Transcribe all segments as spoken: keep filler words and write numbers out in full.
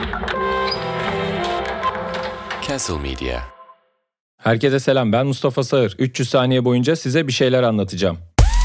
Castle Media. Herkese selam, ben Mustafa Sağır. üç yüz saniye boyunca size bir şeyler anlatacağım.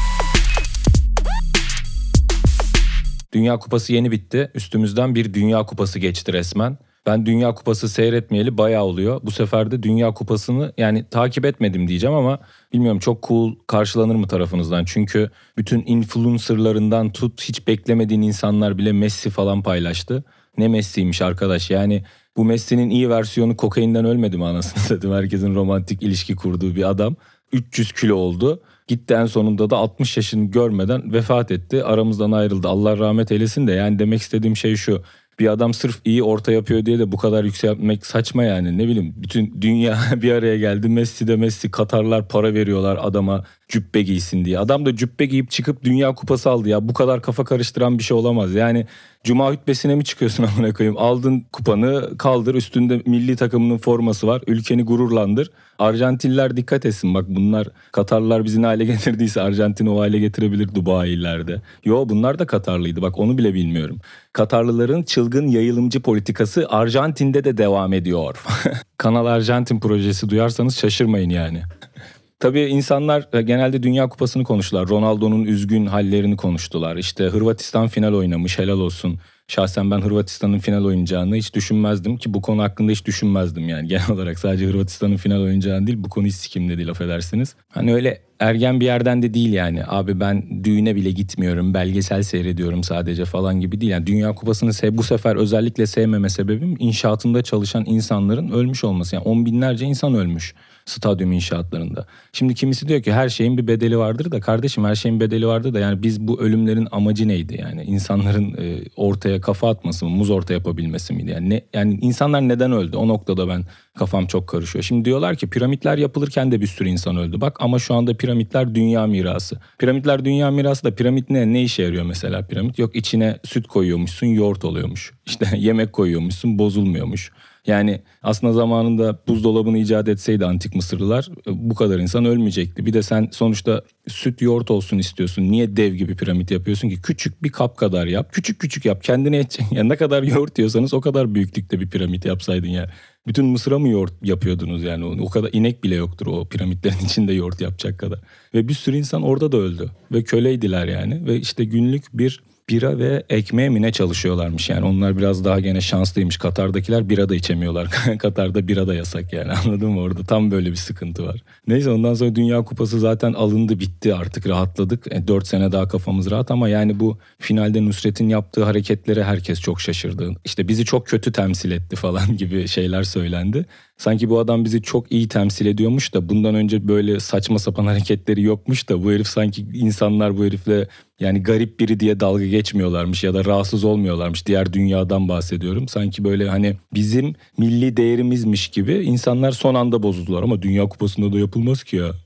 Dünya Kupası yeni bitti. Üstümüzden bir Dünya Kupası geçti resmen. Ben Dünya Kupası seyretmeyeli bayağı oluyor. Bu sefer de Dünya Kupası'nı yani takip etmedim diyeceğim ama bilmiyorum, çok cool karşılanır mı tarafınızdan? Çünkü bütün influencerlarından tut, hiç beklemediğin insanlar bile Messi falan paylaştı. Ne Messi'ymiş arkadaş, yani bu Messi'nin iyi versiyonu kokainden ölmedi mi anasını satayım? Herkesin romantik ilişki kurduğu bir adam üç yüz kilo oldu. Gitti, en sonunda da altmış yaşını görmeden vefat etti. Aramızdan ayrıldı. Allah rahmet eylesin de, yani demek istediğim şey şu. Bir adam sırf iyi orta yapıyor diye de bu kadar yükselmek saçma yani. Ne bileyim, bütün dünya bir araya geldi. Messi de Messi. Katarlar para veriyorlar adama cübbe giysin diye. Adam da cübbe giyip çıkıp Dünya Kupası aldı ya. Bu kadar kafa karıştıran bir şey olamaz. Yani Cuma hutbesine mi çıkıyorsun amına koyayım? Aldın kupanı, kaldır, üstünde milli takımının forması var. Ülkeni gururlandır. Arjantinliler dikkat etsin, bak bunlar Katarlılar bizi ne hale getirdiyse Arjantin'i o hale getirebilir Dubai'lerde. Yo, bunlar da Katarlıydı, bak onu bile bilmiyorum. Katarlıların çılgın yayılımcı politikası Arjantin'de de devam ediyor. Kanal Arjantin projesi duyarsanız şaşırmayın yani. Tabii insanlar genelde Dünya Kupası'nı konuştular. Ronaldo'nun üzgün hallerini konuştular. İşte Hırvatistan final oynamış, helal olsun. Şahsen ben Hırvatistan'ın final oynayacağını hiç düşünmezdim ki bu konu hakkında hiç düşünmezdim yani. Genel olarak sadece Hırvatistan'ın final oynayacağını değil, bu konu hiç sikimde değil, affedersiniz. Hani öyle ergen bir yerden de değil yani. Abi ben düğüne bile gitmiyorum, belgesel seyrediyorum sadece falan gibi değil. Yani Dünya Kupası'nı sev- bu sefer özellikle sevmeme sebebim inşaatında çalışan insanların ölmüş olması. Yani on binlerce insan ölmüş stadyum inşaatlarında. Şimdi kimisi diyor ki her şeyin bir bedeli vardır da, kardeşim her şeyin bedeli vardır da yani biz bu ölümlerin amacı neydi yani? İnsanların e, ortaya kafa atması mı, muz orta yapabilmesi miydi? Yani ne, yani insanlar neden öldü? O noktada ben kafam çok karışıyor. Şimdi diyorlar ki piramitler yapılırken de bir sürü insan öldü. Bak ama şu anda piramitler dünya mirası. Piramitler dünya mirası da piramit ne? Ne işe yarıyor mesela piramit? Yok, içine süt koyuyormuşsun, yoğurt oluyormuş. İşte yemek koyuyormuşsun, bozulmuyormuş. Yani aslında zamanında buzdolabını icat etseydi antik Mısırlılar bu kadar insan ölmeyecekti. Bir de sen sonuçta süt yoğurt olsun istiyorsun. Niye dev gibi piramit yapıyorsun ki? Küçük bir kap kadar yap. Küçük küçük yap. Kendine yetecek. Yani ne kadar yoğurt diyorsanız o kadar büyüklükte bir piramit yapsaydın ya. Bütün Mısır'a mı yoğurt yapıyordunuz yani? O kadar inek bile yoktur o piramitlerin içinde yoğurt yapacak kadar. Ve bir sürü insan orada da öldü. Ve köleydiler yani. Ve işte günlük bir bira ve ekmeğe mi ne çalışıyorlarmış yani. Onlar biraz daha gene şanslıymış. Katar'dakiler bira da içemiyorlar. Katar'da bira da yasak yani, anladın mı? Orada tam böyle bir sıkıntı var. Neyse, ondan sonra Dünya Kupası zaten alındı, bitti, artık rahatladık. E, dört sene daha kafamız rahat ama yani bu finalde Nusret'in yaptığı hareketlere herkes çok şaşırdı. İşte bizi çok kötü temsil etti falan gibi şeyler söylendi. Sanki bu adam bizi çok iyi temsil ediyormuş da bundan önce böyle saçma sapan hareketleri yokmuş da bu herif, sanki insanlar bu herifle yani garip biri diye dalga geçmiyorlarmış ya da rahatsız olmuyorlarmış. Diğer dünyadan bahsediyorum. Sanki böyle hani bizim milli değerimizmiş gibi insanlar son anda bozuldular ama Dünya Kupası'nda da yapılmaz ki ya.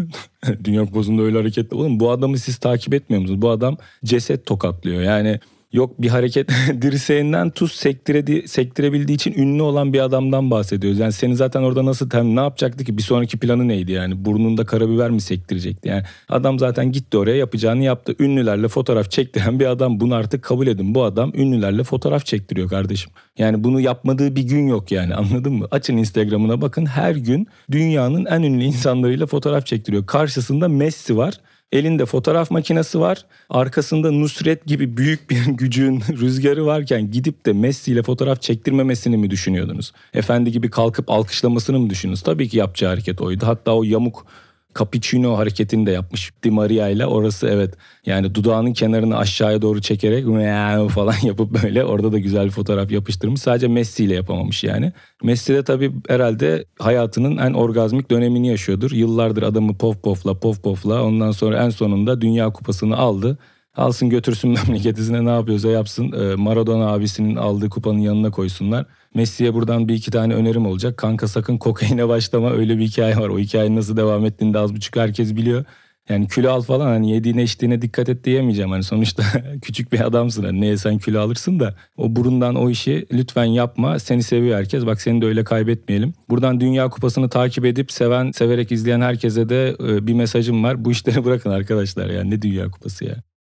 Dünya Kupası'nda öyle hareketler. Oğlum bu adamı siz takip etmiyor musunuz? Bu adam ceset tokatlıyor yani. Yok bir hareket dirseğinden tuz sektiredi, sektirebildiği için ünlü olan bir adamdan bahsediyoruz. Yani seni zaten orada nasıl tem ne yapacaktı ki? Bir sonraki planı neydi yani? Burnunda karabiber mi sektirecekti? Yani adam zaten gitti oraya, yapacağını yaptı. Ünlülerle fotoğraf çektiren bir adam. Bunu artık kabul edin. Bu adam ünlülerle fotoğraf çektiriyor kardeşim. Yani bunu yapmadığı bir gün yok yani, anladın mı? Açın Instagram'ına bakın, her gün dünyanın en ünlü insanlarıyla fotoğraf çektiriyor. Karşısında Messi var. Elinde fotoğraf makinesi var. Arkasında Nusret gibi büyük bir gücün rüzgarı varken gidip de Messi ile fotoğraf çektirmemesini mi düşünüyordunuz? Efendi gibi kalkıp alkışlamasını mı düşündünüz? Tabii ki yapacağı hareket oydu. Hatta o yamuk cappuccino hareketini de yapmış Di Maria ile. Orası evet, yani dudağının kenarını aşağıya doğru çekerek falan yapıp böyle orada da güzel bir fotoğraf yapıştırmış. Sadece Messi ile yapamamış yani. Messi de tabii herhalde hayatının en orgazmik dönemini yaşıyordur. Yıllardır adamı pof pofla pof pofla, ondan sonra en sonunda Dünya Kupası'nı aldı. Alsın götürsün memleketine, ne yapıyorsa yapsın. Maradona abisinin aldığı kupanın yanına koysunlar. Messi'ye buradan bir iki tane önerim olacak. Kanka sakın kokaine başlama, öyle bir hikaye var. O hikayenin nasıl devam ettiğini de az buçuk herkes biliyor. Yani kilo al falan, hani yediğine içtiğine dikkat et diyemeyeceğim. Hani sonuçta küçük bir adamsın. Hani neye sen kilo alırsın da o burundan o işi lütfen yapma. Seni seviyor herkes. Bak seni de öyle kaybetmeyelim. Buradan Dünya Kupası'nı takip edip seven, severek izleyen herkese de bir mesajım var. Bu işleri bırakın arkadaşlar, yani ne Dünya Kupası ya.